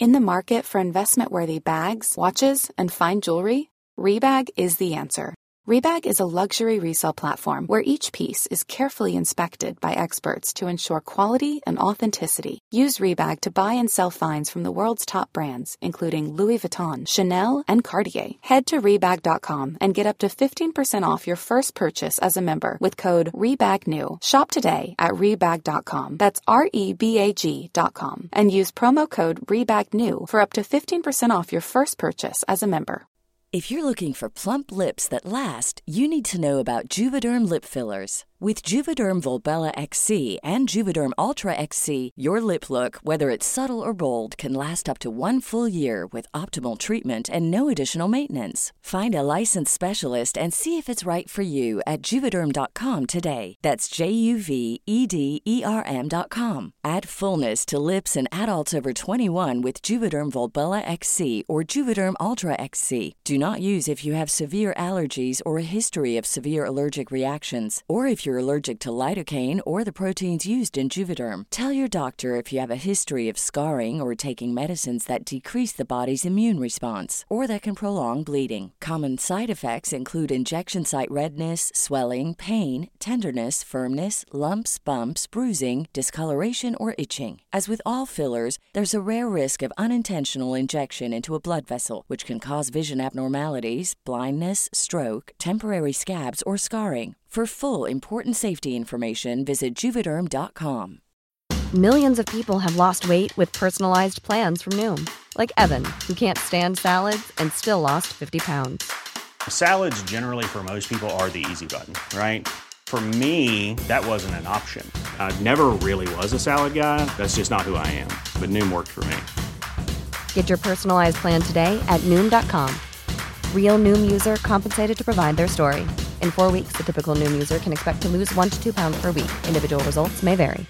In the market for investment-worthy bags, watches, and fine jewelry, Rebag is the answer. Rebag is a luxury resale platform where each piece is carefully inspected by experts to ensure quality and authenticity. Use Rebag to buy and sell finds from the world's top brands, including Louis Vuitton, Chanel, and Cartier. Head to Rebag.com and get up to 15% off your first purchase as a member with code REBAGNEW. Shop today at Rebag.com. That's REBAG.com. And use promo code REBAGNEW for up to 15% off your first purchase as a member. If you're looking for plump lips that last, you need to know about Juvederm lip fillers. With Juvederm Volbella XC and Juvederm Ultra XC, your lip look, whether it's subtle or bold, can last up to 1 full year with optimal treatment and no additional maintenance. Find a licensed specialist and see if it's right for you at Juvederm.com today. That's JUVEDERM.com. Add fullness to lips in adults over 21 with Juvederm Volbella XC or Juvederm Ultra XC. Do not use if you have severe allergies or a history of severe allergic reactions, or if you're allergic to lidocaine or the proteins used in Juvederm. Tell your doctor if you have a history of scarring or taking medicines that decrease the body's immune response or that can prolong bleeding. Common side effects include injection site redness, swelling, pain, tenderness, firmness, lumps, bumps, bruising, discoloration, or itching. As with all fillers, there's a rare risk of unintentional injection into a blood vessel, which can cause vision abnormalities, blindness, stroke, temporary scabs, or scarring. For full, important safety information, visit Juvederm.com. Millions of people have lost weight with personalized plans from Noom. Like Evan, who can't stand salads and still lost 50 pounds. Salads generally for most people are the easy button, right? For me, that wasn't an option. I never really was a salad guy. That's just not who I am. But Noom worked for me. Get your personalized plan today at Noom.com. Real Noom user compensated to provide their story. In 4 weeks, the typical Noom user can expect to lose 1 to 2 pounds per week. Individual results may vary.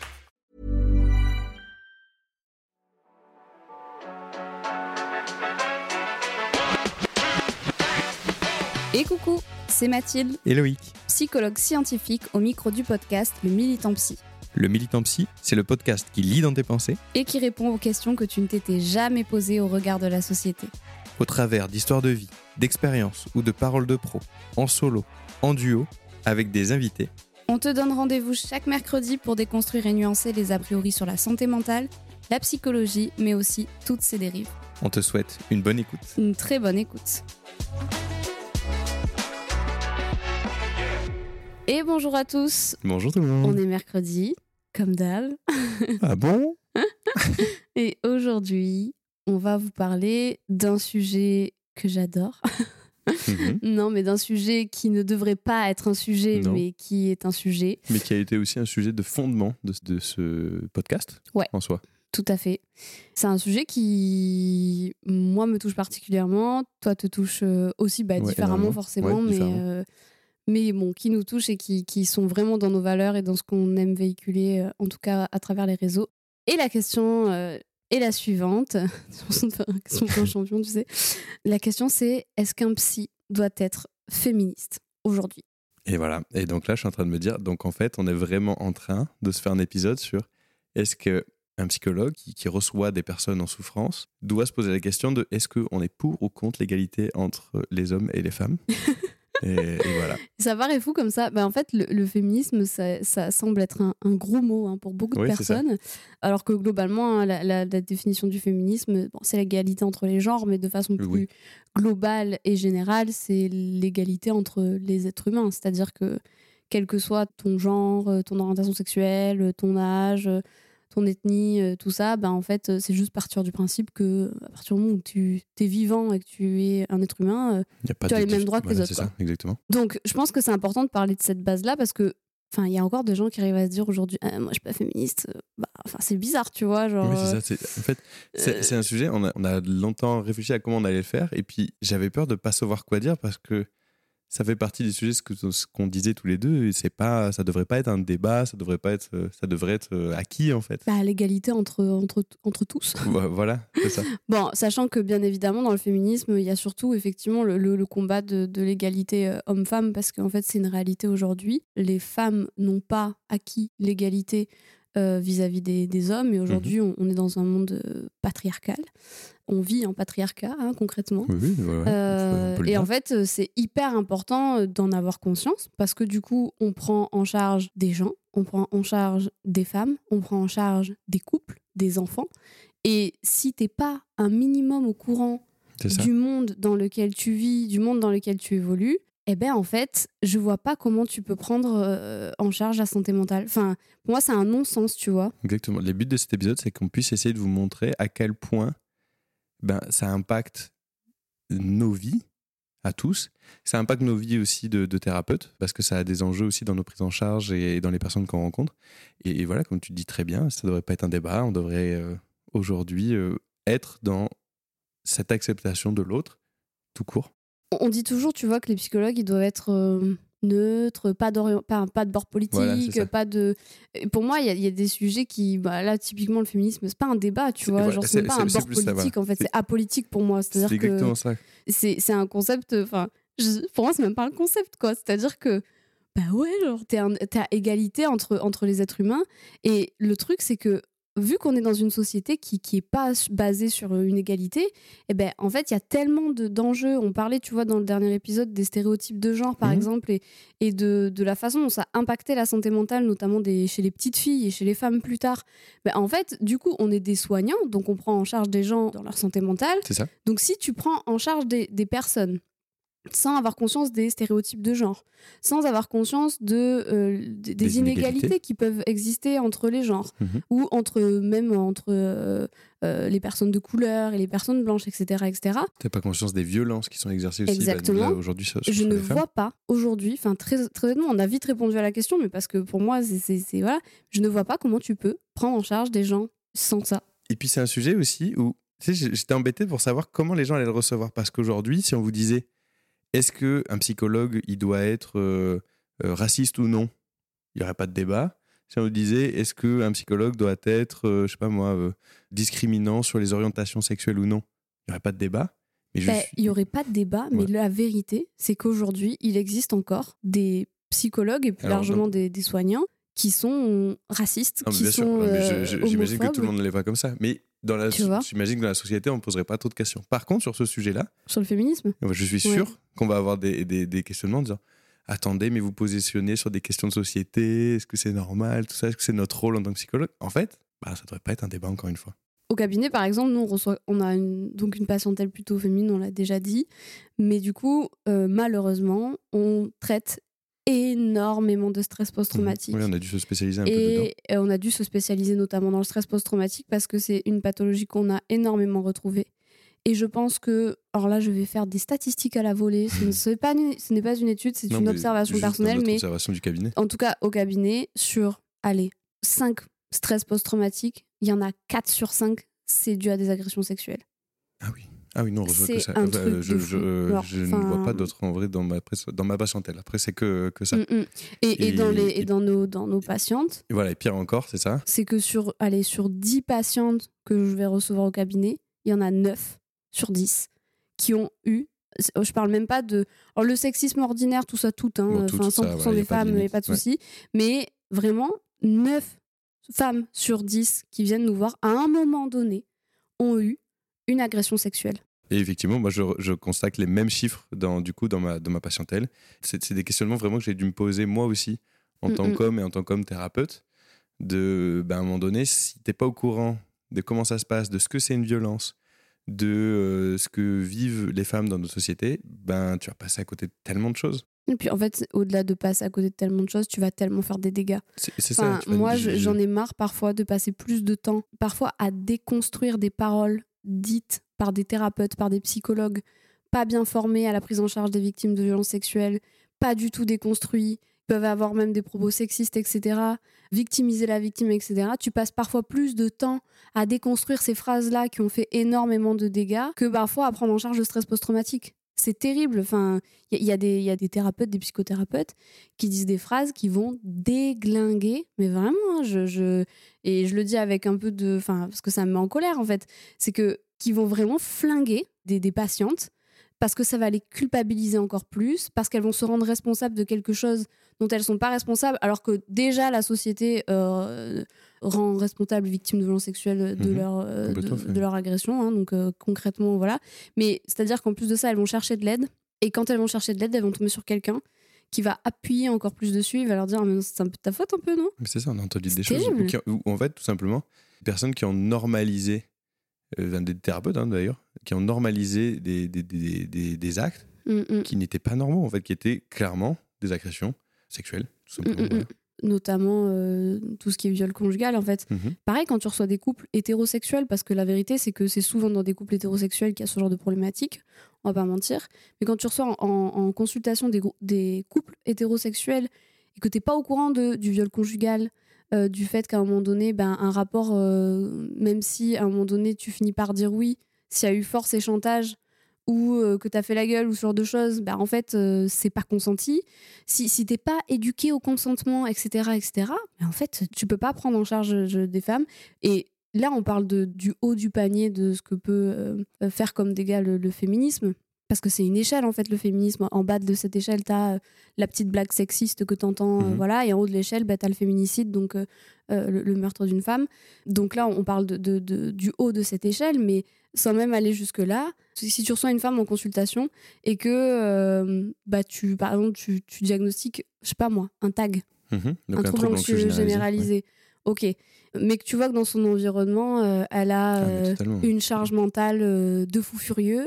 Et coucou, c'est Mathilde. Et Loïc. Psychologue scientifique au micro du podcast Le Militant Psy. Le Militant Psy, c'est le podcast qui lit dans tes pensées et qui répond aux questions que tu ne t'étais jamais posées au regard de la société. Au travers d'histoires de vie, d'expériences ou de paroles de pros, en solo, en duo, avec des invités. On te donne rendez-vous chaque mercredi pour déconstruire et nuancer les a priori sur la santé mentale, la psychologie, mais aussi toutes ses dérives. On te souhaite une bonne écoute. Une très bonne écoute. Et bonjour à tous. Bonjour tout le monde. On est mercredi, comme d'hab. Ah bon? Et aujourd'hui, on va vous parler d'un sujet que j'adore. Non, mais d'un sujet qui ne devrait pas être un sujet, Non. mais qui est un sujet. Mais qui a été aussi un sujet de fondement de ce podcast, Ouais. En soi. Tout à fait. C'est un sujet qui, moi, me touche particulièrement. Toi, te touche aussi différemment, énormément. forcément, Ouais, différemment. mais bon, qui nous touche et qui sont vraiment dans nos valeurs et dans ce qu'on aime véhiculer, en tout cas à travers les réseaux. Et la question est la suivante. C'est une question pour un champion, tu sais. La question, c'est est-ce qu'un psy doit être féministe aujourd'hui ? Et voilà. Et donc là, je suis en train de me dire, donc en fait, on est vraiment en train de se faire un épisode sur est-ce qu'un psychologue qui reçoit des personnes en souffrance doit se poser la question de est-ce qu'on est pour ou contre l'égalité entre les hommes et les femmes ? Et voilà. Ça paraît fou comme ça. En fait, le féminisme, ça semble être un gros mot pour beaucoup de personnes. Alors que globalement, la définition du féminisme, c'est l'égalité entre les genres, mais de façon plus globale et générale, c'est l'égalité entre les êtres humains. C'est-à-dire que quel que soit ton genre, ton orientation sexuelle, ton âge, ton ethnie, tout ça, en fait, c'est juste partir du principe que à partir du moment où tu es vivant et que tu es un être humain, tu as les mêmes droits que les autres. C'est ça, exactement. Donc, je pense que c'est important de parler de cette base-là parce que, il y a encore des gens qui arrivent à se dire aujourd'hui, moi, je suis pas féministe. C'est bizarre, tu vois. Genre, Oui, c'est ça. En fait, c'est un sujet. On a longtemps réfléchi à comment on allait le faire, et puis j'avais peur de pas savoir quoi dire parce que ça fait partie des sujets, ce qu'on disait tous les deux, et ça devrait pas être un débat, ça devrait être acquis en fait. L'égalité entre tous. Voilà, c'est ça. Bon, sachant que bien évidemment dans le féminisme, il y a surtout effectivement le combat de l'égalité homme-femme, parce qu'en fait c'est une réalité aujourd'hui. Les femmes n'ont pas acquis l'égalité vis-à-vis des hommes. Et aujourd'hui, on est dans un monde patriarcal. On vit en patriarcat, concrètement. Oui, et en fait, c'est hyper important d'en avoir conscience parce que du coup, on prend en charge des gens, on prend en charge des femmes, on prend en charge des couples, des enfants. Et si t'es pas un minimum au courant du monde dans lequel tu vis, du monde dans lequel tu évolues, eh ben en fait, je vois pas comment tu peux prendre en charge la santé mentale. Enfin, pour moi, c'est un non-sens, tu vois. Exactement. Le but de cet épisode, c'est qu'on puisse essayer de vous montrer à quel point ça impacte nos vies, à tous. Ça impacte nos vies aussi de thérapeutes, parce que ça a des enjeux aussi dans nos prises en charge et dans les personnes qu'on rencontre. Et voilà, comme tu dis très bien, ça devrait pas être un débat. On devrait aujourd'hui être dans cette acceptation de l'autre, tout court. On dit toujours, tu vois, que les psychologues, ils doivent être neutres, pas de bord politique, voilà, pas de... Pour moi, il y a des sujets qui... là, typiquement, le féminisme, c'est pas un débat, tu vois. Genre, c'est pas un bord politique, ça, en fait. C'est apolitique pour moi. C'est exactement ça. C'est un concept... pour moi, c'est même pas un concept, quoi. C'est-à-dire que, genre, t'es à égalité entre les êtres humains. Et le truc, c'est que vu qu'on est dans une société qui est pas basée sur une égalité, en fait, il y a tellement d'enjeux. On parlait, tu vois, dans le dernier épisode des stéréotypes de genre, par exemple, et de la façon dont ça impactait la santé mentale, notamment chez les petites filles et chez les femmes plus tard. En fait, du coup, on est des soignants, donc on prend en charge des gens dans leur santé mentale. C'est ça. Donc si tu prends en charge des personnes sans avoir conscience des stéréotypes de genre, sans avoir conscience des inégalités qui peuvent exister entre les genres, ou entre les personnes de couleur et les personnes blanches, etc. T'as pas conscience des violences qui sont exercées aussi. Exactement. Là, aujourd'hui, je ne vois pas aujourd'hui, très honnêtement, on a vite répondu à la question, mais parce que pour moi, voilà, je ne vois pas comment tu peux prendre en charge des gens sans ça. Et puis c'est un sujet aussi où, tu sais, j'étais embêté pour savoir comment les gens allaient le recevoir, parce qu'aujourd'hui, si on vous disait est-ce qu'un psychologue, il doit être raciste ou non, il n'y aurait pas de débat. Si on vous disait, est-ce qu'un psychologue doit être, discriminant sur les orientations sexuelles ou non, il n'y aurait pas de débat. Il n'y aurait pas de débat, mais la vérité, c'est qu'aujourd'hui, il existe encore des psychologues et plus largement des soignants qui sont racistes, qui sont j'imagine que homophobes. tout le monde ne l'est pas comme ça. Mais j'imagine que dans la société, on ne poserait pas trop de questions. Par contre, sur ce sujet-là... Sur le féminisme, je suis sûr qu'on va avoir des questionnements en disant « Attendez, mais vous positionnez sur des questions de société, est-ce que c'est normal, tout ça, est-ce que c'est notre rôle en tant que psychologue ?» En fait, ça ne devrait pas être un débat, encore une fois. Au cabinet, par exemple, nous, on a donc une patientèle plutôt féminine, on l'a déjà dit. Mais du coup, malheureusement, on traite énormément de stress post-traumatique. Oui, on a dû se spécialiser un peu dedans. Et on a dû se spécialiser notamment dans le stress post-traumatique parce que c'est une pathologie qu'on a énormément retrouvée. Et je pense que, alors là, je vais faire des statistiques à la volée. Ce n'est pas une étude, c'est une observation personnelle. Mais observation du cabinet. En tout cas, au cabinet, sur 5 stress post-traumatiques, il y en a 4 sur 5, c'est dû à des agressions sexuelles. Ah oui, non, je vois que ça. Je ne vois pas d'autres en vrai dans ma patientèle. Après, c'est que ça. Et dans nos patientes. Et voilà, et pire encore, c'est ça. C'est que sur 10 patientes que je vais recevoir au cabinet, il y en a 9 sur 10 qui ont eu. Je parle même pas de. Alors, le sexisme ordinaire, tout ça, 100% des femmes, il n'y a pas de souci. Mais vraiment, 9 femmes sur 10 qui viennent nous voir, à un moment donné, ont eu une agression sexuelle. Et effectivement, moi, je constate les mêmes chiffres dans ma patientèle. C'est des questionnements vraiment que j'ai dû me poser moi aussi, en tant qu'homme et en tant qu'homme thérapeute, à un moment donné, si t'es pas au courant de comment ça se passe, de ce que c'est une violence, de ce que vivent les femmes dans notre société, tu vas passer à côté de tellement de choses. Et puis en fait, au-delà de passer à côté de tellement de choses, tu vas tellement faire des dégâts. C'est ça. Moi, j'en ai marre parfois de passer plus de temps, parfois à déconstruire des paroles dites par des thérapeutes, par des psychologues, pas bien formés à la prise en charge des victimes de violences sexuelles, pas du tout déconstruits, peuvent avoir même des propos sexistes, etc., victimiser la victime, etc. Tu passes parfois plus de temps à déconstruire ces phrases-là qui ont fait énormément de dégâts que parfois à prendre en charge le stress post-traumatique. C'est terrible. Il y a des thérapeutes, des psychothérapeutes qui disent des phrases qui vont déglinguer, mais vraiment, et je le dis avec un peu parce que ça me met en colère en fait, c'est que qui vont vraiment flinguer des patientes parce que ça va les culpabiliser encore plus, parce qu'elles vont se rendre responsables de quelque chose dont elles ne sont pas responsables, alors que déjà la société rend responsable les victimes de violences sexuelles de leur agression. Hein, donc concrètement, voilà. Mais c'est-à-dire qu'en plus de ça, elles vont chercher de l'aide. Et quand elles vont chercher de l'aide, elles vont tomber sur quelqu'un qui va appuyer encore plus dessus. Il va leur dire mais c'est un peu ta faute un peu, non ? Mais c'est ça, on a entendu des choses où, en fait, tout simplement, des personnes qui ont normalisé, des thérapeutes hein, d'ailleurs, qui ont normalisé des actes qui n'étaient pas normaux, en fait, qui étaient clairement des agressions sexuelles, tout simplement. Voilà. Notamment tout ce qui est viol conjugal, en fait. Pareil, quand tu reçois des couples hétérosexuels, parce que la vérité, c'est que c'est souvent dans des couples hétérosexuels qu'il y a ce genre de problématique, on va pas mentir, mais quand tu reçois en consultation des couples hétérosexuels et que t'es pas au courant du viol conjugal, du fait qu'à un moment donné, un rapport, même si à un moment donné tu finis par dire oui, s'il y a eu force et chantage, ou que t'as fait la gueule ou ce genre de choses, en fait c'est pas consenti. Si t'es pas éduqué au consentement, etc., en fait tu peux pas prendre en charge des femmes. Et là on parle du haut du panier de ce que peut faire comme dégâts le féminisme, parce que c'est une échelle en fait le féminisme. En bas de cette échelle t'as la petite blague sexiste que t'entends, voilà, et en haut de l'échelle t'as le féminicide, donc le meurtre d'une femme. Donc là on parle du haut de cette échelle, mais sans même aller jusque-là. Si tu reçois une femme en consultation et que par exemple tu diagnostiques, je sais pas moi, un TAG, un trouble anxieux généralisé. Ouais. Ok, mais que tu vois que dans son environnement, elle a une charge mentale de fou furieux,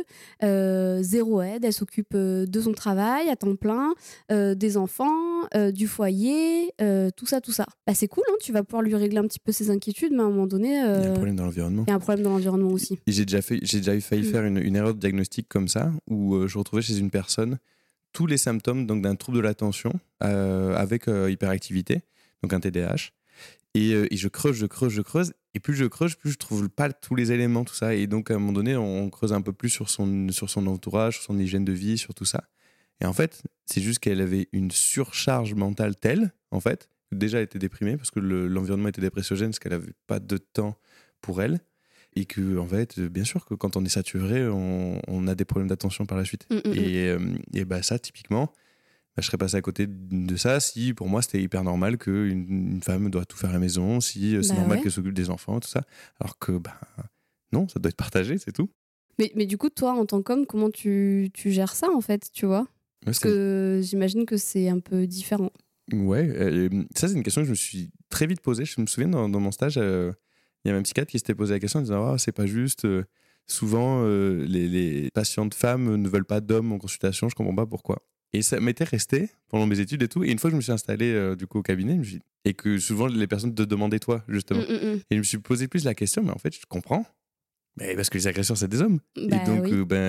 zéro aide, elle s'occupe de son travail à temps plein, des enfants, du foyer, tout ça. C'est cool, hein, tu vas pouvoir lui régler un petit peu ses inquiétudes, mais à un moment donné... il y a un problème dans l'environnement. Il y a un problème dans l'environnement aussi. Et j'ai déjà failli faire une erreur de diagnostic comme ça, où je retrouvais chez une personne tous les symptômes donc, d'un trouble de l'attention avec hyperactivité, donc un TDAH. Et je creuse, et plus je creuse, plus je trouve pas tous les éléments, tout ça. Et donc, à un moment donné, on creuse un peu plus sur son entourage, sur son hygiène de vie, sur tout ça. Et en fait, c'est juste qu'elle avait une surcharge mentale telle, en fait, que déjà elle était déprimée, parce que l'environnement était dépressiogène, parce qu'elle avait pas de temps pour elle. Et que, en fait, bien sûr que quand on est saturé, on a des problèmes d'attention par la suite. Et ça, typiquement... je serais passé à côté de ça si pour moi c'était hyper normal qu'une femme doit tout faire à la maison, si c'est normal qu'elle s'occupe des enfants, tout ça. Alors que non, ça doit être partagé, c'est tout. Mais du coup, toi, en tant qu'homme, comment tu gères ça en fait, tu vois ? Parce que j'imagine que c'est un peu différent. Ouais, ça c'est une question que je me suis très vite posée. Je me souviens dans mon stage, il y avait un psychiatre qui s'était posé la question en disant c'est pas juste. Souvent, les patientes femmes ne veulent pas d'hommes en consultation, je comprends pas pourquoi. Et ça m'était resté pendant mes études et tout. Et une fois que je me suis installé du coup au cabinet, et que souvent les personnes te demandaient toi, justement. Et je me suis posé plus la question, mais en fait, je comprends. Mais parce que les agresseurs, c'est des hommes. Et donc,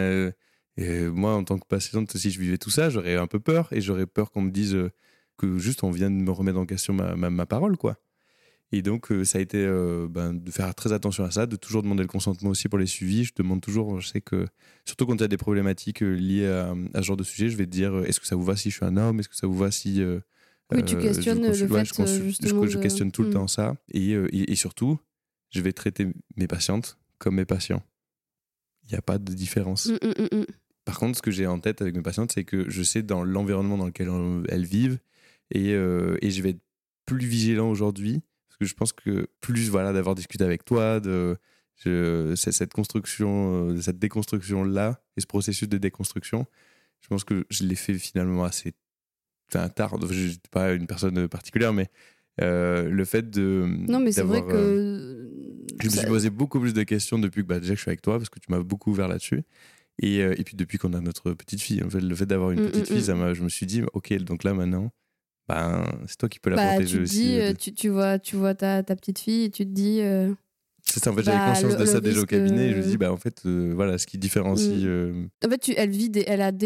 moi, en tant que patiente, si je vivais tout ça, j'aurais un peu peur. Et j'aurais peur qu'on me dise que juste on vient de me remettre en question ma parole, quoi. Et donc, ça a été de faire très attention à ça, de toujours demander le consentement aussi pour les suivis. Je demande toujours, je sais que, surtout quand il y a des problématiques liées à ce genre de sujet, je vais te dire, est-ce que ça vous va si je suis un homme ? Est-ce que ça vous va si... oui, tu questionnes le fait, justement... Je questionne tout le temps ça. Et surtout, je vais traiter mes patientes comme mes patients. Il n'y a pas de différence. Par contre, ce que j'ai en tête avec mes patientes, c'est que je sais dans l'environnement dans lequel elles vivent, et je vais être plus vigilant aujourd'hui. Parce que je pense que plus d'avoir discuté avec toi, cette construction, cette déconstruction-là, et ce processus de déconstruction, je pense que je l'ai fait finalement assez tard. Je n'étais pas une personne particulière, mais le fait de... Non, mais c'est vrai que... je me suis posé beaucoup plus de questions depuis que déjà que je suis avec toi, parce que tu m'as beaucoup ouvert là-dessus. Et puis depuis qu'on a notre petite fille, en fait, le fait d'avoir une petite fille, je me suis dit, ok, donc là maintenant... c'est toi qui peux la protéger aussi. Tu vois ta petite fille et tu te dis... c'est ça, en fait, j'avais conscience de ça déjà au cabinet. Et je me dis, en fait, voilà, ce qui différencie... En fait, elle a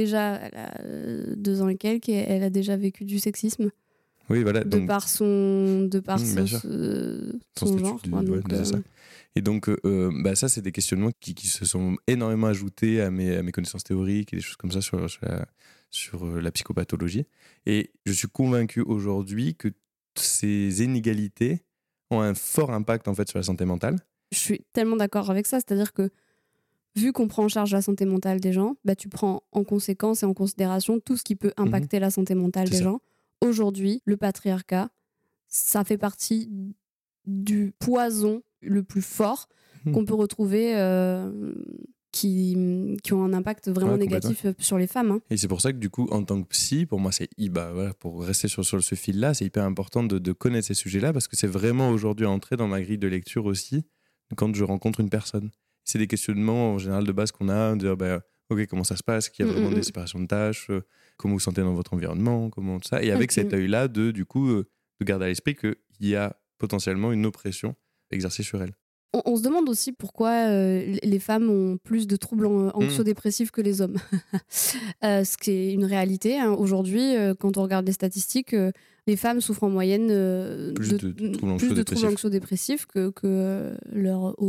2 ans et quelques, et elle a déjà vécu du sexisme. Oui, voilà. De par son genre. C'est ça. Et donc, ça, c'est des questionnements qui se sont énormément ajoutés à mes connaissances théoriques et des choses comme ça sur la psychopathologie. Et je suis convaincu aujourd'hui que ces inégalités ont un fort impact en fait sur la santé mentale. Je suis tellement d'accord avec ça, c'est-à-dire que vu qu'on prend en charge la santé mentale des gens, bah, tu prends en conséquence et en considération tout ce qui peut impacter la santé mentale des gens. Aujourd'hui, le patriarcat, ça fait partie du poison le plus fort qu'on peut retrouver qui ont un impact vraiment négatif sur les femmes. Hein. Et c'est pour ça que du coup, en tant que psy, pour moi, pour rester sur ce fil-là, c'est hyper important de connaître ces sujets-là parce que c'est vraiment aujourd'hui entré dans ma grille de lecture aussi quand je rencontre une personne. C'est des questionnements en général de base qu'on a, de dire ok, comment ça se passe, qu'il y a vraiment des séparations de tâches, comment vous sentez dans votre environnement, comment tout ça. Et avec cet œil-là, de garder à l'esprit qu'il y a potentiellement une oppression exercée sur elle. On se demande aussi pourquoi les femmes ont plus de troubles anxio-dépressifs que les hommes. Ce qui est une réalité. Hein. Aujourd'hui, quand on regarde les statistiques, les femmes souffrent en moyenne plus de troubles anxio-dépressifs que leur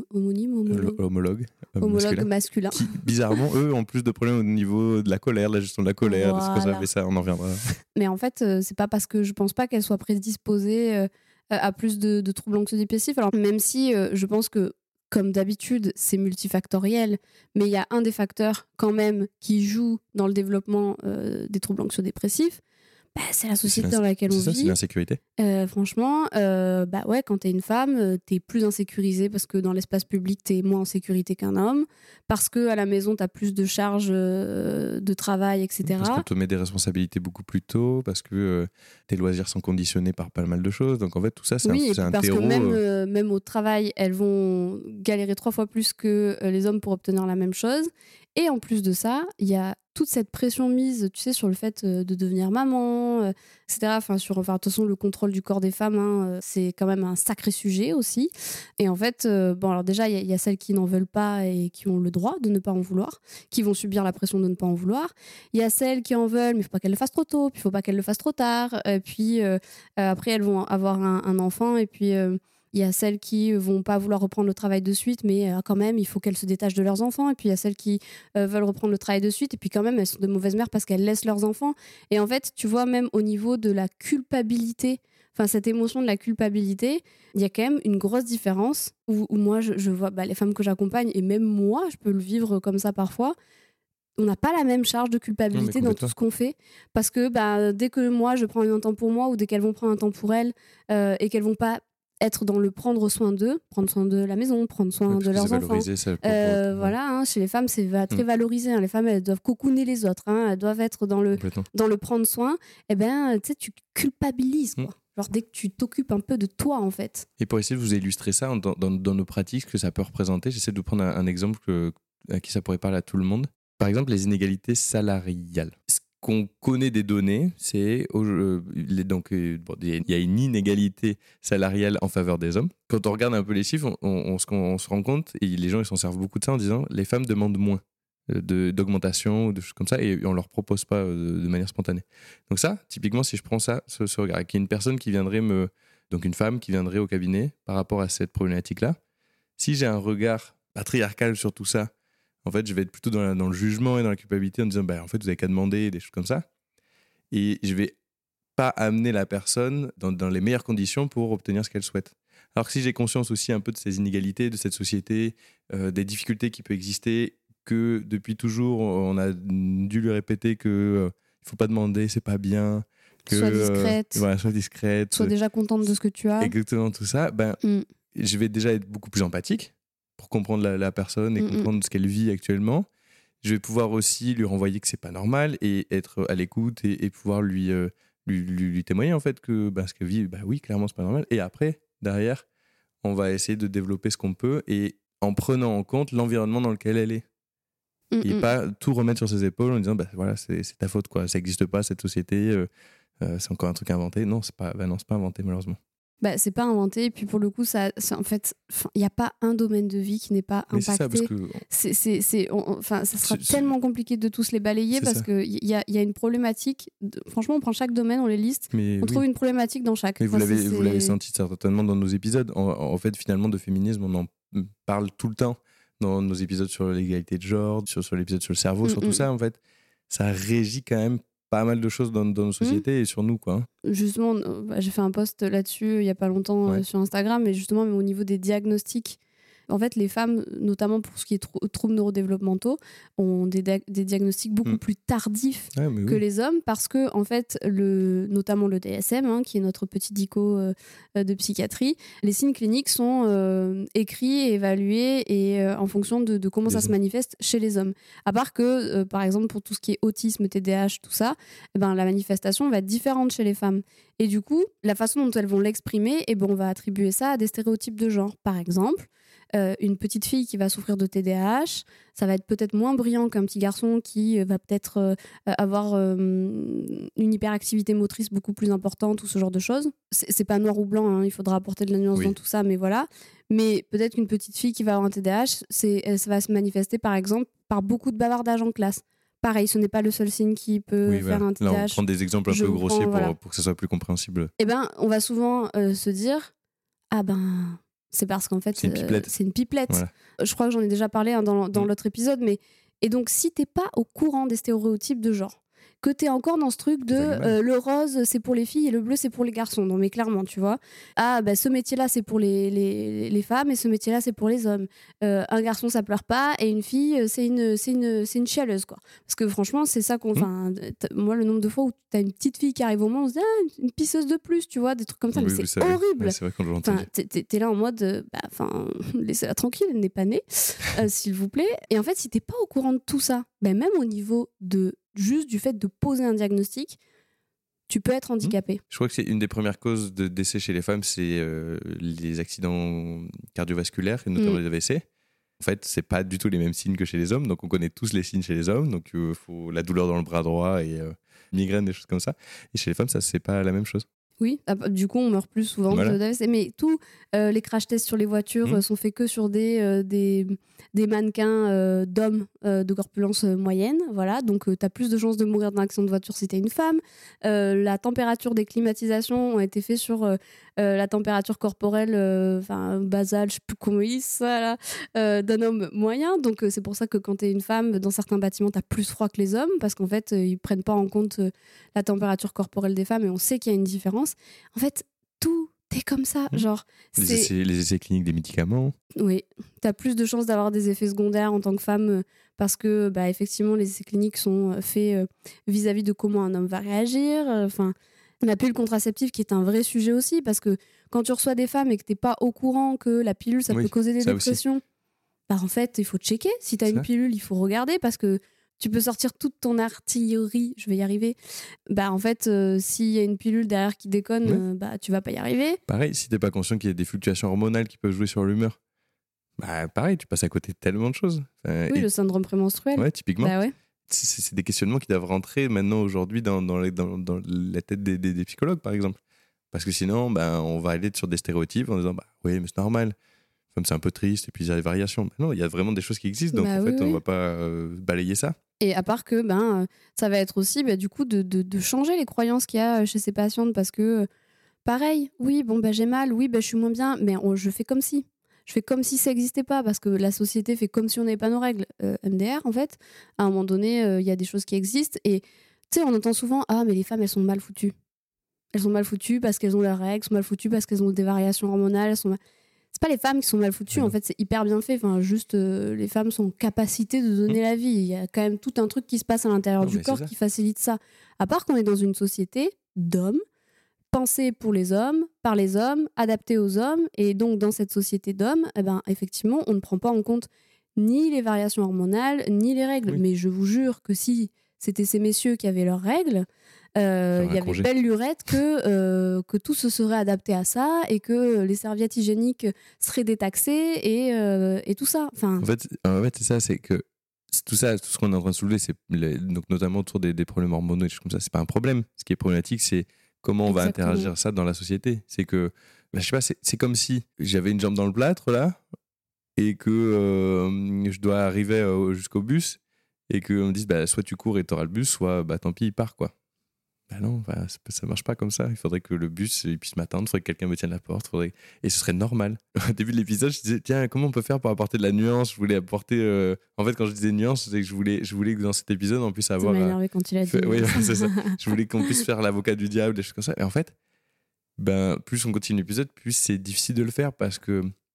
homologue masculin. Qui, bizarrement, eux ont plus de problèmes au niveau de la colère, de la gestion de la colère, voilà. de ce que ça fait, ça, on en reviendra. Mais en fait, c'est pas parce que je pense pas qu'elles soient prédisposées à plus de troubles anxio-dépressifs. Alors même si je pense que, comme d'habitude, c'est multifactoriel, mais il y a un des facteurs quand même qui joue dans le développement des troubles anxio-dépressifs, c'est la société dans laquelle on vit. C'est l'insécurité. Franchement, quand t'es une femme, t'es plus insécurisée parce que dans l'espace public, t'es moins en sécurité qu'un homme, parce qu'à la maison, t'as plus de charges de travail, etc. Parce qu'on te met des responsabilités beaucoup plus tôt, parce que tes loisirs sont conditionnés par pas mal de choses. Donc en fait, tout ça, c'est un parce terreau. Que même au travail, elles vont galérer 3 fois plus que les hommes pour obtenir la même chose. Et en plus de ça, il y a toute cette pression mise, tu sais, sur le fait de devenir maman, etc. De toute façon, le contrôle du corps des femmes, c'est quand même un sacré sujet aussi. Et en fait, alors déjà, il y a celles qui n'en veulent pas et qui ont le droit de ne pas en vouloir, qui vont subir la pression de ne pas en vouloir. Il y a celles qui en veulent, mais il ne faut pas qu'elles le fassent trop tôt, puis il ne faut pas qu'elles le fassent trop tard. Puis après, elles vont avoir un enfant, et puis... il y a celles qui vont pas vouloir reprendre le travail de suite, mais quand même, il faut qu'elles se détachent de leurs enfants. Et puis, il y a celles qui veulent reprendre le travail de suite. Et puis, quand même, elles sont de mauvaises mères parce qu'elles laissent leurs enfants. Et en fait, tu vois, même au niveau de la culpabilité, cette émotion de la culpabilité, il y a quand même une grosse différence où moi, je vois les femmes que j'accompagne, et même moi, je peux le vivre comme ça parfois. On n'a pas la même charge de culpabilité dans tout ce qu'on fait, parce que dès que moi, je prends un temps pour moi, ou dès qu'elles vont prendre un temps pour elles, et qu'elles vont pas être dans le prendre soin d'eux, prendre soin de la maison, prendre soin de leurs enfants. Chez les femmes, c'est très valorisé. Hein. Les femmes, elles doivent cocooner les autres. Hein. Elles doivent être dans le prendre soin. Tu culpabilises, quoi. Genre dès que tu t'occupes un peu de toi, en fait. Et pour essayer de vous illustrer ça dans nos pratiques, ce que ça peut représenter, j'essaie de vous prendre un exemple à qui ça pourrait parler à tout le monde. Par exemple, les inégalités salariales. Ce qu'on connaît des données, c'est il y a une inégalité salariale en faveur des hommes. Quand on regarde un peu les chiffres, on se rend compte, et les gens ils s'en servent beaucoup de ça en disant les femmes demandent moins d'augmentation ou de choses comme ça, et on leur propose pas de manière spontanée. Donc ça, typiquement, si je prends ça, ce regard, qu'il y a une personne qui viendrait donc une femme qui viendrait au cabinet par rapport à cette problématique-là, si j'ai un regard patriarcal sur tout ça, en fait, je vais être plutôt dans le jugement et dans la culpabilité en disant en fait, vous n'avez qu'à demander des choses comme ça. Et je ne vais pas amener la personne dans les meilleures conditions pour obtenir ce qu'elle souhaite. Alors que si j'ai conscience aussi un peu de ces inégalités, de cette société, des difficultés qui peuvent exister, que depuis toujours, on a dû lui répéter qu'il ne faut pas demander, c'est pas bien. Sois discrète. Sois discrète. Sois déjà contente de ce que tu as. Exactement, tout ça. Je vais déjà être beaucoup plus empathique pour comprendre la personne et comprendre ce qu'elle vit actuellement. Je vais pouvoir aussi lui renvoyer que c'est pas normal et être à l'écoute et pouvoir lui témoigner en fait que ce qu'elle vit, oui, clairement c'est pas normal. Et après, derrière, on va essayer de développer ce qu'on peut et en prenant en compte l'environnement dans lequel elle est. Et pas tout remettre sur ses épaules en disant voilà, c'est ta faute, quoi. Ça n'existe pas, cette société, c'est encore un truc inventé. Non, c'est pas inventé, malheureusement. C'est pas inventé, et puis pour le coup, en fait, il n'y a pas un domaine de vie qui n'est pas impacté. C'est ça, parce que... ça sera tellement compliqué de tous les balayer, parce qu'il y a une problématique. Franchement, on prend chaque domaine, on les liste, trouve une problématique dans chaque. Mais vous l'avez senti certainement dans nos épisodes. En fait, finalement, de féminisme, on en parle tout le temps. Dans nos épisodes sur l'égalité de genre, sur l'épisode sur le cerveau, sur tout ça, en fait, ça régit quand même pas mal de choses dans nos sociétés et sur nous, quoi. Justement, j'ai fait un post là-dessus il y a pas longtemps sur Instagram, mais justement, même au niveau des diagnostics, En fait, les femmes, notamment pour ce qui est troubles neurodéveloppementaux, ont des diagnostics beaucoup plus tardifs que les hommes parce que, en fait, notamment le DSM, qui est notre petit dico de psychiatrie, les signes cliniques sont écrits et évalués et en fonction de comment ça se manifeste chez les hommes. À part que, par exemple, pour tout ce qui est autisme, TDAH, tout ça, la manifestation va être différente chez les femmes. Et du coup, la façon dont elles vont l'exprimer, on va attribuer ça à des stéréotypes de genre. Par exemple, une petite fille qui va souffrir de TDAH, ça va être peut-être moins brillant qu'un petit garçon qui va peut-être avoir une hyperactivité motrice beaucoup plus importante ou ce genre de choses. C'est pas noir ou blanc, il faudra apporter de la nuance dans tout ça, mais voilà. Mais peut-être qu'une petite fille qui va avoir un TDAH, ça va se manifester par exemple par beaucoup de bavardage en classe. Pareil, ce n'est pas le seul signe qui peut faire un TDAH. Là, on prend des exemples un peu grossiers pour que ça soit plus compréhensible. On va souvent se dire c'est parce qu'en fait, c'est une pipelette. Voilà. Je crois que j'en ai déjà parlé dans l'autre épisode. Et donc, si t'es pas au courant des stéréotypes de genre, que t'es encore dans ce truc de le rose, c'est pour les filles et le bleu, c'est pour les garçons. Non, mais clairement, tu vois. Ce métier-là, c'est pour les femmes et ce métier-là, c'est pour les hommes. Un garçon, ça pleure pas et une fille, c'est une chialeuse, quoi. Parce que franchement, c'est ça qu'on... Moi, le nombre de fois où t'as une petite fille qui arrive au monde, on se dit une pisseuse de plus, tu vois, des trucs comme ça. Mais c'est horrible. Ouais, c'est vrai qu'on l'a entendu. T'es là en mode, laissez-la tranquille, elle n'est pas née, s'il vous plaît. Et en fait, si t'es pas au courant de tout ça, même au niveau juste du fait de poser un diagnostic, tu peux être handicapé. Je crois que c'est une des premières causes de décès chez les femmes, c'est les accidents cardiovasculaires, et notamment les AVC. En fait, c'est pas du tout les mêmes signes que chez les hommes, donc on connaît tous les signes chez les hommes, donc faut la douleur dans le bras droit et migraine, des choses comme ça. Et chez les femmes, ça c'est pas la même chose. Oui, du coup, on meurt plus souvent d'AVC. Mais tous les crash tests sur les voitures sont faits que sur des mannequins d'hommes de corpulence moyenne. Voilà, donc tu as plus de chances de mourir d'un accident de voiture si tu es une femme. La température des climatisations ont été faits sur la température corporelle basale, je sais plus comment ils disent ça, d'un homme moyen. Donc c'est pour ça que quand tu es une femme, dans certains bâtiments, tu as plus froid que les hommes parce qu'en fait, ils prennent pas en compte la température corporelle des femmes et on sait qu'il y a une différence. En fait, tout est comme ça. Genre, les essais cliniques des médicaments. Oui, tu as plus de chances d'avoir des effets secondaires en tant que femme parce que, effectivement, les essais cliniques sont faits vis-à-vis de comment un homme va réagir. La pilule contraceptive qui est un vrai sujet aussi parce que quand tu reçois des femmes et que tu n'es pas au courant que la pilule, ça peut causer des dépressions, en fait, il faut checker. Si tu as une pilule, il faut regarder parce que tu peux sortir toute ton artillerie, je vais y arriver. En fait, s'il y a une pilule derrière qui déconne, tu vas pas y arriver. Pareil, si t'es pas conscient qu'il y a des fluctuations hormonales qui peuvent jouer sur l'humeur, pareil, tu passes à côté de tellement de choses. Le syndrome prémenstruel. Ouais, typiquement. C'est des questionnements qui doivent rentrer maintenant aujourd'hui dans la tête des psychologues, par exemple. Parce que sinon, on va aller sur des stéréotypes en disant oui, mais c'est normal. Comme c'est un peu triste, et puis il y a des variations. Mais non, il y a vraiment des choses qui existent, donc en fait, on va pas balayer ça. Et à part que ça va être aussi du coup de changer les croyances qu'il y a chez ces patientes parce que pareil, oui, j'ai mal, oui, je suis moins bien, mais je fais comme si. Je fais comme si ça n'existait pas parce que la société fait comme si on n'avait pas nos règles. MDR, en fait, à un moment donné, il y a des choses qui existent et tu sais, on entend souvent mais les femmes, elles sont mal foutues. Elles sont mal foutues parce qu'elles ont leurs règles, elles sont mal foutues parce qu'elles ont des variations hormonales, C'est pas les femmes qui sont mal foutues, en fait, c'est hyper bien fait. Juste, les femmes sont en capacité de donner la vie. Il y a quand même tout un truc qui se passe à l'intérieur du corps qui facilite ça. À part qu'on est dans une société d'hommes, pensée pour les hommes, par les hommes, adaptée aux hommes. Et donc, dans cette société d'hommes, effectivement, on ne prend pas en compte ni les variations hormonales, ni les règles. Mais je vous jure que si c'était ces messieurs qui avaient leurs règles, il y avait belle lurette que tout se serait adapté à ça et que les serviettes hygiéniques seraient détaxées et tout ça. En fait, c'est ça, c'est que tout ça, tout ce qu'on est en train de soulever, c'est donc notamment autour des problèmes hormonaux et des choses comme ça, c'est pas un problème. Ce qui est problématique, c'est comment on va interagir ça dans la société. C'est que, je sais pas, c'est comme si j'avais une jambe dans le plâtre là et que je dois arriver jusqu'au bus et qu'on me dise soit tu cours et t'auras le bus, soit tant pis, il part quoi. Non, ça marche pas comme ça. Il faudrait que le bus puisse m'attendre, il faudrait que quelqu'un me tienne la porte, et ce serait normal. Au début de l'épisode, je disais tiens, comment on peut faire pour apporter de la nuance. Je voulais apporter en fait, quand je disais nuance, c'est que je voulais que dans cet épisode on puisse avoir. Ça m'a énervé quand il a dit. Oui, c'est ça. Je voulais qu'on puisse faire l'avocat du diable, des choses comme ça. Et en fait, plus on continue l'épisode, plus c'est difficile de le faire parce que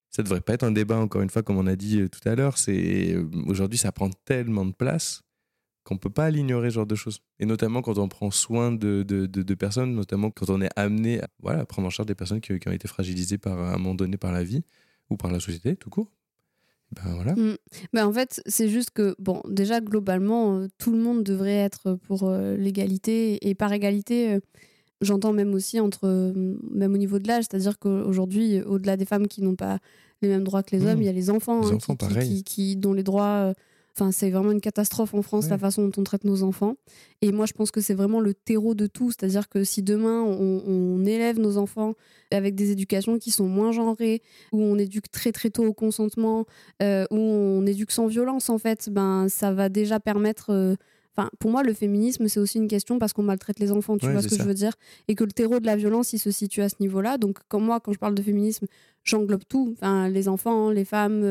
ça devrait pas être un débat, encore une fois, comme on a dit tout à l'heure. Aujourd'hui, ça prend tellement de place qu'on peut pas l'ignorer, ce genre de choses. Et notamment quand on prend soin de personnes, notamment quand on est amené à prendre en charge des personnes qui ont été fragilisées à un moment donné par la vie ou par la société, tout court. Ben voilà. En fait, c'est juste que, déjà, globalement, tout le monde devrait être pour l'égalité. Et par égalité, j'entends même aussi même au niveau de l'âge. C'est-à-dire qu'aujourd'hui, au-delà des femmes qui n'ont pas les mêmes droits que les hommes, il y a les enfants, dont les droits... c'est vraiment une catastrophe en France, la façon dont on traite nos enfants. Et moi, je pense que c'est vraiment le terreau de tout. C'est-à-dire que si demain, on élève nos enfants avec des éducations qui sont moins genrées, où on éduque très très tôt au consentement, où on éduque sans violence, en fait, ça va déjà permettre... pour moi, le féminisme, c'est aussi une question parce qu'on maltraite les enfants, tu vois ce que je veux dire ? Et que le terreau de la violence, il se situe à ce niveau-là. Donc, quand je parle de féminisme, j'englobe tout. Les enfants, les femmes,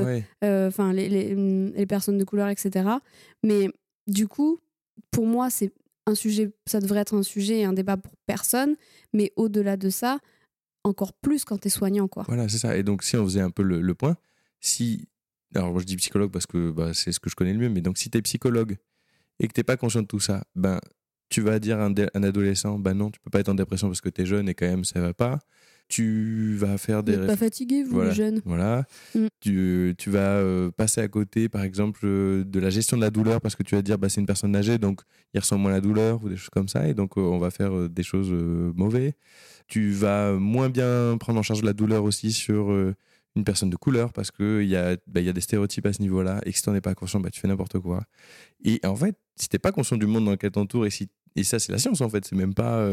les personnes de couleur, etc. Mais du coup, pour moi, c'est un sujet, ça devrait être un sujet et un débat pour personne. Mais au-delà de ça, encore plus quand t'es soignant, quoi. Voilà, c'est ça. Et donc, si on faisait un peu le point, alors moi je dis psychologue parce que c'est ce que je connais le mieux, mais donc si t'es psychologue et que t'es pas conscient de tout ça, tu vas dire à un adolescent, non, tu peux pas être en dépression parce que t'es jeune et quand même ça va pas. Tu vas faire des... Vous n'êtes pas fatigué, vous, les jeunes. Voilà. Tu vas passer à côté, par exemple, de la gestion de la douleur parce que tu vas dire, c'est une personne âgée, donc il ressent moins la douleur ou des choses comme ça, et donc on va faire des choses mauvaises. Tu vas moins bien prendre en charge la douleur aussi sur une personne de couleur parce qu'il y a des stéréotypes à ce niveau-là, et que si tu n'en es pas conscient, tu fais n'importe quoi. Et en fait, si tu n'es pas conscient du monde dans lequel tu t'entoures, et ça c'est la science en fait, c'est même pas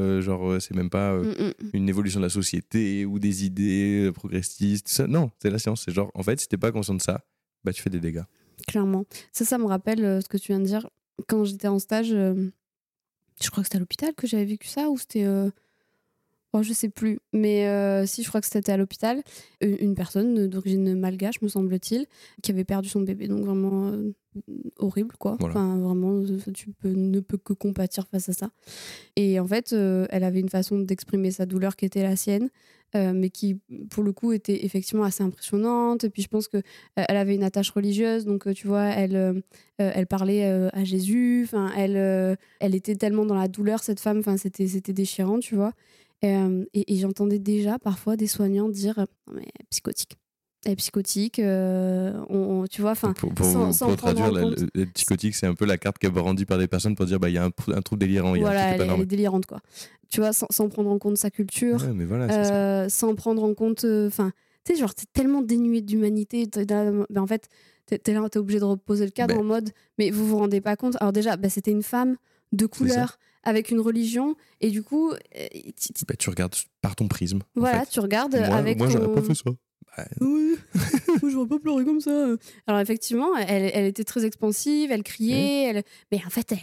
une évolution de la société ou des idées progressistes, ça. Non, c'est la science, c'est en fait si tu n'es pas conscient de ça, tu fais des dégâts. Clairement. Ça me rappelle ce que tu viens de dire. Quand j'étais en stage, je crois que c'était à l'hôpital que j'avais vécu ça, ou c'était... je sais plus, mais si, je crois que c'était à l'hôpital, une personne d'origine malgache, me semble-t-il, qui avait perdu son bébé, donc vraiment horrible, quoi. Voilà. Vraiment, ne peux que compatir face à ça. Et en fait, elle avait une façon d'exprimer sa douleur qui était la sienne, mais qui, pour le coup, était effectivement assez impressionnante. Et puis, je pense qu'elle avait une attache religieuse, donc tu vois, elle parlait à Jésus, elle était tellement dans la douleur, cette femme, c'était déchirant, tu vois. Et j'entendais déjà parfois des soignants dire mais psychotique. Elle est psychotique, tu vois, pour traduire, la psychotique, c'est un peu la carte qui est brandie par des personnes pour dire il y a un trouble délirant. Voilà, elle est délirante, quoi. Tu vois, sans prendre en compte sa culture, mais voilà, sans prendre en compte, tu sais, t'es tellement dénué d'humanité, en fait, t'es là, t'es obligé de reposer le cadre en mode, mais vous vous rendez pas compte. Alors déjà, c'était une femme de couleur, avec une religion, et du coup... tu regardes par ton prisme. Voilà, en fait. tu regardes avec moi, j'aurais pas fait ça. Oui, moi je vais pas pleurer comme ça. Alors effectivement, elle était très expansive, elle criait, mais en fait,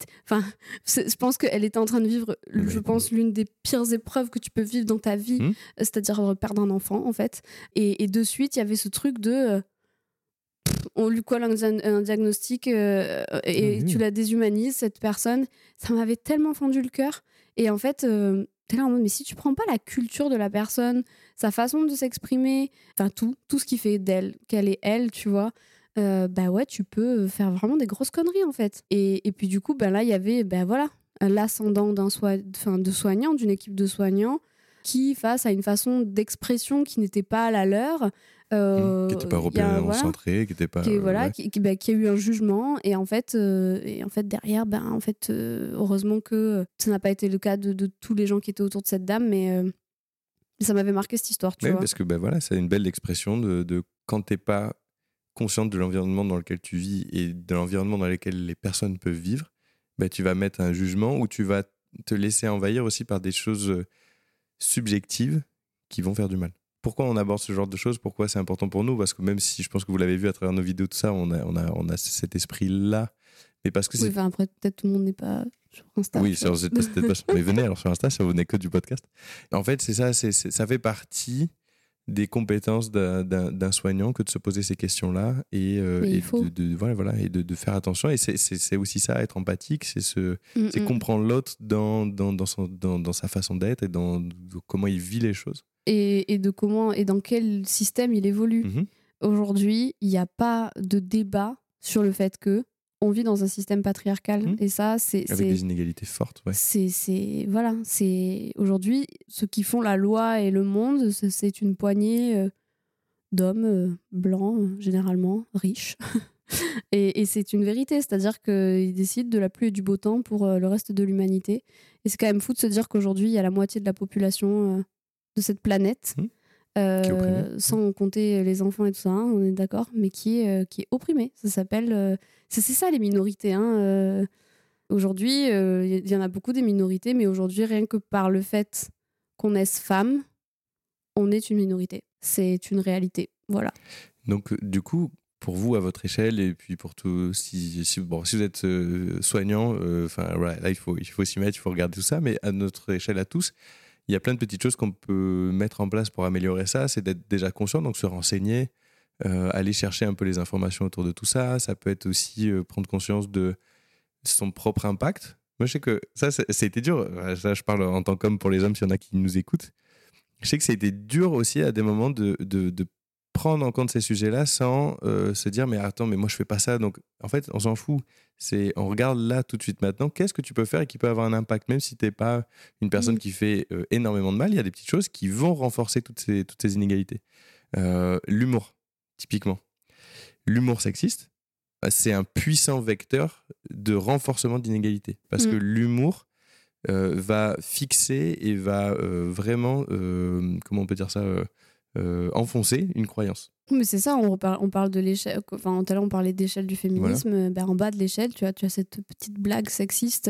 je pense qu'elle était en train de vivre, l'une des pires épreuves que tu peux vivre dans ta vie, c'est-à-dire perdre un enfant, en fait. Et de suite, il y avait ce truc de... on lui colle un diagnostic et tu la déshumanises, cette personne. Ça m'avait tellement fendu le cœur. Et en fait... t'es là en mode, mais si tu prends pas la culture de la personne, sa façon de s'exprimer, tout ce qui fait d'elle, qu'elle est elle, tu vois, tu peux faire vraiment des grosses conneries, en fait. Et puis du coup, là, il y avait, l'ascendant de soignants, d'une équipe de soignants, qui, face à une façon d'expression qui n'était pas la leur, qui n'était pas européen centré, qui n'était pas... qui a eu un jugement, et en fait derrière, heureusement que ça n'a pas été le cas de tous les gens qui étaient autour de cette dame, mais ça m'avait marqué cette histoire, tu vois. Parce que c'est une belle expression de quand tu n'es pas consciente de l'environnement dans lequel tu vis et de l'environnement dans lequel les personnes peuvent vivre, tu vas mettre un jugement où tu vas te laisser envahir aussi par des choses subjectives qui vont faire du mal. Pourquoi on aborde ce genre de choses ? Pourquoi c'est important pour nous ? Parce que même si je pense que vous l'avez vu à travers nos vidéos, tout ça, on a cet esprit-là. Mais parce que après, peut-être tout le monde n'est pas sur Insta. Oui, mais venez alors sur Insta si vous n'êtes que du podcast. En fait, c'est ça, ça fait partie des compétences d'un soignant que de se poser ces questions-là et de faire attention. Et c'est aussi ça, être empathique, c'est comprendre l'autre dans sa façon d'être et dans comment il vit les choses. et de comment et dans quel système il évolue. Aujourd'hui, il n'y a pas de débat sur le fait que on vit dans un système patriarcal et ça c'est avec des inégalités fortes. Ouais. Voilà, c'est aujourd'hui ceux qui font la loi et le monde, c'est une poignée d'hommes blancs généralement riches. Et c'est une vérité, c'est-à-dire qu'ils décident de la pluie et du beau temps pour le reste de l'humanité. Et c'est quand même fou de se dire qu'aujourd'hui, il y a la moitié de la population de cette planète, sans compter les enfants et tout ça, hein, on est d'accord, mais qui est opprimée. Ça s'appelle... c'est ça les minorités. Aujourd'hui, il y en a beaucoup des minorités, mais aujourd'hui, rien que par le fait qu'on naisse femme, on est une minorité. C'est une réalité. Voilà. Donc, du coup... Pour vous, à votre échelle, et puis pour tout, si vous êtes soignant, là, il faut s'y mettre, il faut regarder tout ça, mais à notre échelle à tous, il y a plein de petites choses qu'on peut mettre en place pour améliorer ça. C'est d'être déjà conscient, donc se renseigner, aller chercher un peu les informations autour de tout ça. Ça peut être aussi prendre conscience de son propre impact. Moi, je sais que ça a été dur. Là, je parle en tant qu'homme pour les hommes, s'il y en a qui nous écoutent. Je sais que ça a été dur aussi à des moments de prendre en compte ces sujets-là sans se dire mais attends, mais moi je fais pas ça, donc en fait on s'en fout, on regarde là tout de suite maintenant, qu'est-ce que tu peux faire et qui peut avoir un impact, même si t'es pas une personne qui fait énormément de mal, il y a des petites choses qui vont renforcer toutes ces inégalités. L'humour, typiquement, l'humour sexiste, c'est un puissant vecteur de renforcement d'inégalités, parce que l'humour va fixer et va vraiment comment on peut dire ça, enfoncer une croyance. Mais c'est ça, on parle de l'échelle. Enfin, tout à l'heure, on parlait d'échelle du féminisme. Voilà. Ben, en bas de l'échelle, tu as cette petite blague sexiste.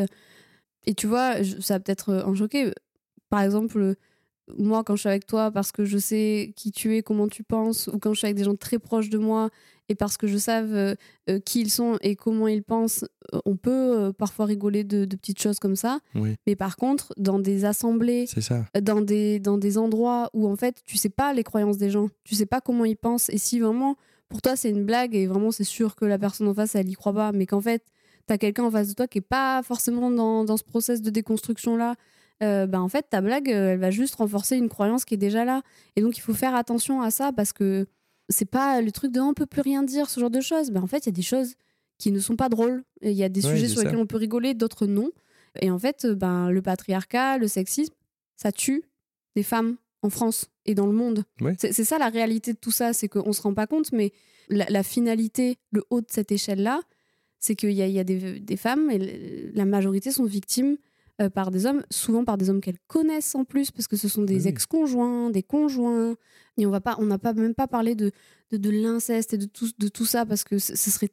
Et tu vois, ça va peut-être en choquer. Par exemple, moi, quand je suis avec toi, parce que je sais qui tu es, comment tu penses, ou quand je suis avec des gens très proches de moi, et parce que je sais qui ils sont et comment ils pensent, on peut parfois rigoler de petites choses comme ça. Oui. Mais par contre, dans des assemblées, c'est ça. Dans des endroits où en fait, tu sais pas les croyances des gens, tu sais pas comment ils pensent, et si vraiment, pour toi, c'est une blague, et vraiment, c'est sûr que la personne en face, elle y croit pas, mais qu'en fait, t'as quelqu'un en face de toi qui est pas forcément dans ce process de déconstruction-là, en fait, ta blague, elle va juste renforcer une croyance qui est déjà là. Et donc, il faut faire attention à ça parce que c'est pas le truc de on peut plus rien dire, ce genre de choses. En fait, il y a des choses qui ne sont pas drôles. Il y a des sujets sur lesquels on peut rigoler, d'autres non. Et en fait, le patriarcat, le sexisme, ça tue des femmes en France et dans le monde. Ouais. C'est ça la réalité de tout ça, c'est qu'on se rend pas compte, mais la finalité, le haut de cette échelle-là, c'est qu'il y a des femmes, et la majorité sont victimes par des hommes, souvent par des hommes qu'elles connaissent en plus, parce que ce sont des ex-conjoints, des conjoints. Et on n'a même pas parlé de l'inceste et de tout ça, parce que ce serait...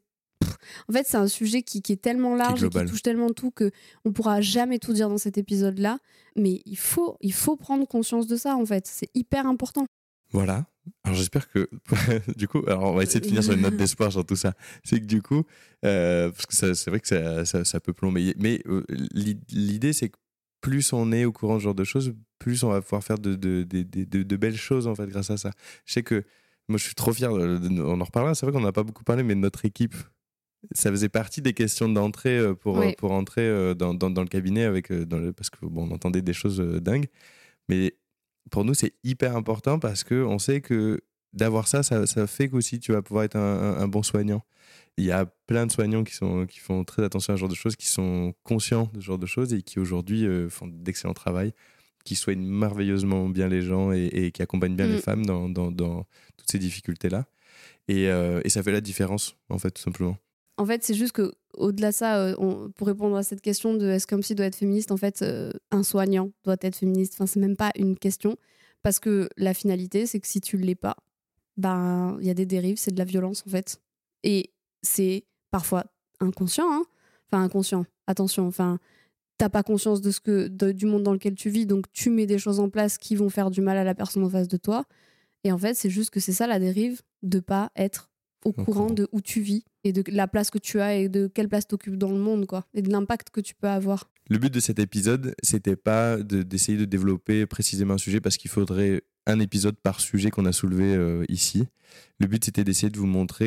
En fait, c'est un sujet qui est tellement large et qui touche tellement tout qu'on ne pourra jamais tout dire dans cet épisode-là. Mais il faut prendre conscience de ça, en fait. C'est hyper important. Voilà. Alors j'espère que du coup, alors on va essayer de finir sur une note d'espoir sur tout ça. C'est que du coup, parce que c'est vrai que ça peut plomber, mais l'idée c'est que plus on est au courant de ce genre de choses, plus on va pouvoir faire de belles choses en fait grâce à ça. Je sais que moi je suis trop fier, on en reparlera, c'est vrai qu'on n'a pas beaucoup parlé, mais de notre équipe, ça faisait partie des questions d'entrée pour entrer dans le cabinet parce que on entendait des choses dingues, mais pour nous, c'est hyper important parce qu'on sait que d'avoir ça fait qu'aussi tu vas pouvoir être un bon soignant. Il y a plein de soignants qui font très attention à ce genre de choses, qui sont conscients de ce genre de choses et qui aujourd'hui font d'excellent travail, qui soignent merveilleusement bien les gens et qui accompagnent bien les femmes dans toutes ces difficultés-là. Et ça fait la différence, en fait, tout simplement. En fait, c'est juste qu'au-delà de ça, pour répondre à cette question de est-ce qu'un psy doit être féministe, en fait, un soignant doit être féministe. Enfin, c'est même pas une question. Parce que la finalité, c'est que si tu ne l'es pas, il y a des dérives, c'est de la violence, en fait. Et c'est parfois inconscient. Hein. Enfin, inconscient, attention. Enfin, t'as pas conscience du monde dans lequel tu vis, donc tu mets des choses en place qui vont faire du mal à la personne en face de toi. Et en fait, c'est juste que c'est ça la dérive, de pas être au courant de où tu vis et de la place que tu as et de quelle place tu occupes dans le monde, quoi, et de l'impact que tu peux avoir. Le but de cet épisode, c'était pas d'essayer de développer précisément un sujet parce qu'il faudrait un épisode par sujet qu'on a soulevé ici. Le but, c'était d'essayer de vous montrer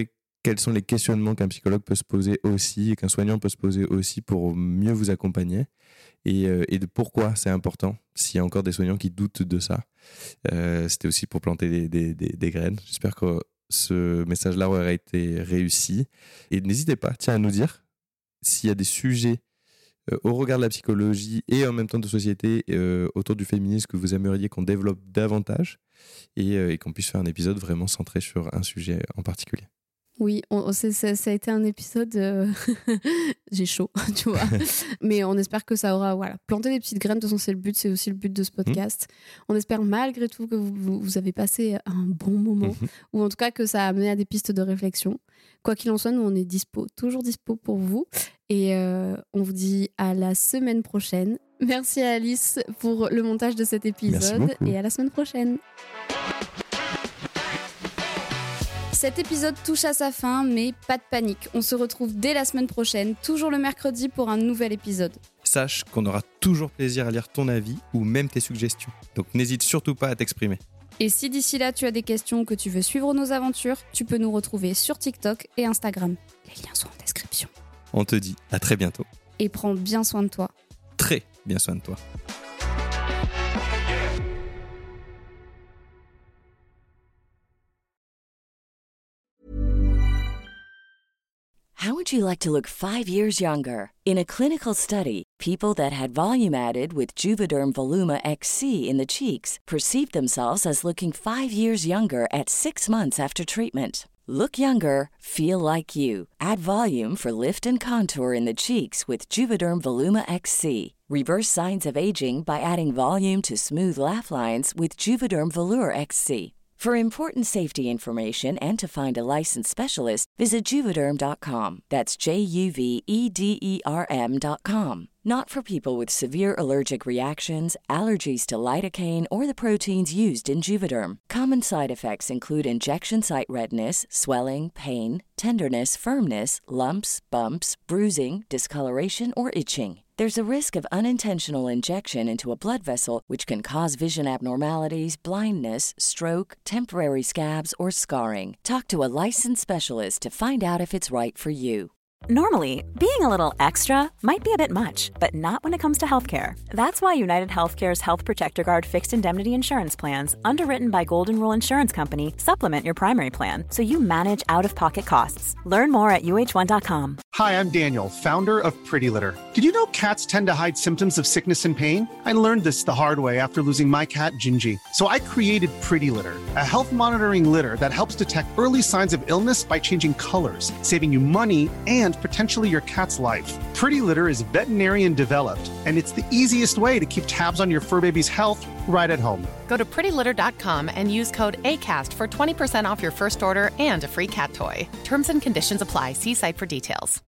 quels sont les questionnements qu'un psychologue peut se poser aussi et qu'un soignant peut se poser aussi pour mieux vous accompagner et de pourquoi c'est important s'il y a encore des soignants qui doutent de ça. C'était aussi pour planter des graines. J'espère que ce message-là aurait été réussi. Et n'hésitez pas, à nous dire s'il y a des sujets au regard de la psychologie et en même temps de société autour du féminisme que vous aimeriez qu'on développe davantage et qu'on puisse faire un épisode vraiment centré sur un sujet en particulier. Oui, ça a été un épisode... J'ai chaud, tu vois. Mais on espère que ça aura planté des petites graines. De toute façon, c'est aussi le but de ce podcast. On espère malgré tout que vous avez passé un bon moment, ou en tout cas que ça a amené à des pistes de réflexion. Quoi qu'il en soit, nous, on est toujours dispo pour vous. Et on vous dit à la semaine prochaine. Merci à Alice pour le montage de cet épisode. Et à la semaine prochaine. Cet épisode touche à sa fin, mais pas de panique. On se retrouve dès la semaine prochaine, toujours le mercredi pour un nouvel épisode. Sache qu'on aura toujours plaisir à lire ton avis ou même tes suggestions. Donc n'hésite surtout pas à t'exprimer. Et si d'ici là tu as des questions ou que tu veux suivre nos aventures, tu peux nous retrouver sur TikTok et Instagram. Les liens sont en description. On te dit à très bientôt. Et prends bien soin de toi. Très bien soin de toi. How would you like to look 5 years younger? In a clinical study, people that had volume added with Juvederm Voluma XC in the cheeks perceived themselves as looking 5 years younger at 6 months after treatment. Look younger, feel like you. Add volume for lift and contour in the cheeks with Juvederm Voluma XC. Reverse signs of aging by adding volume to smooth laugh lines with Juvederm Volure XC. For important safety information and to find a licensed specialist, visit Juvederm.com. That's JUVEDERM.com. Not for people with severe allergic reactions, allergies to lidocaine, or the proteins used in Juvederm. Common side effects include injection site redness, swelling, pain, tenderness, firmness, lumps, bumps, bruising, discoloration, or itching. There's a risk of unintentional injection into a blood vessel, which can cause vision abnormalities, blindness, stroke, temporary scabs, or scarring. Talk to a licensed specialist to find out if it's right for you. Normally, being a little extra might be a bit much, but not when it comes to healthcare. That's why United Healthcare's Health Protector Guard fixed indemnity insurance plans, underwritten by Golden Rule Insurance Company, supplement your primary plan so you manage out-of-pocket costs. Learn more at UH1.com. Hi, I'm Daniel, founder of Pretty Litter. Did you know cats tend to hide symptoms of sickness and pain? I learned this the hard way after losing my cat, Gingy. So I created Pretty Litter, a health monitoring litter that helps detect early signs of illness by changing colors, saving you money and potentially your cat's life. Pretty Litter is veterinarian developed, and it's the easiest way to keep tabs on your fur baby's health right at home. Go to prettylitter.com and use code ACAST for 20% off your first order and a free cat toy. Terms and conditions apply. See site for details.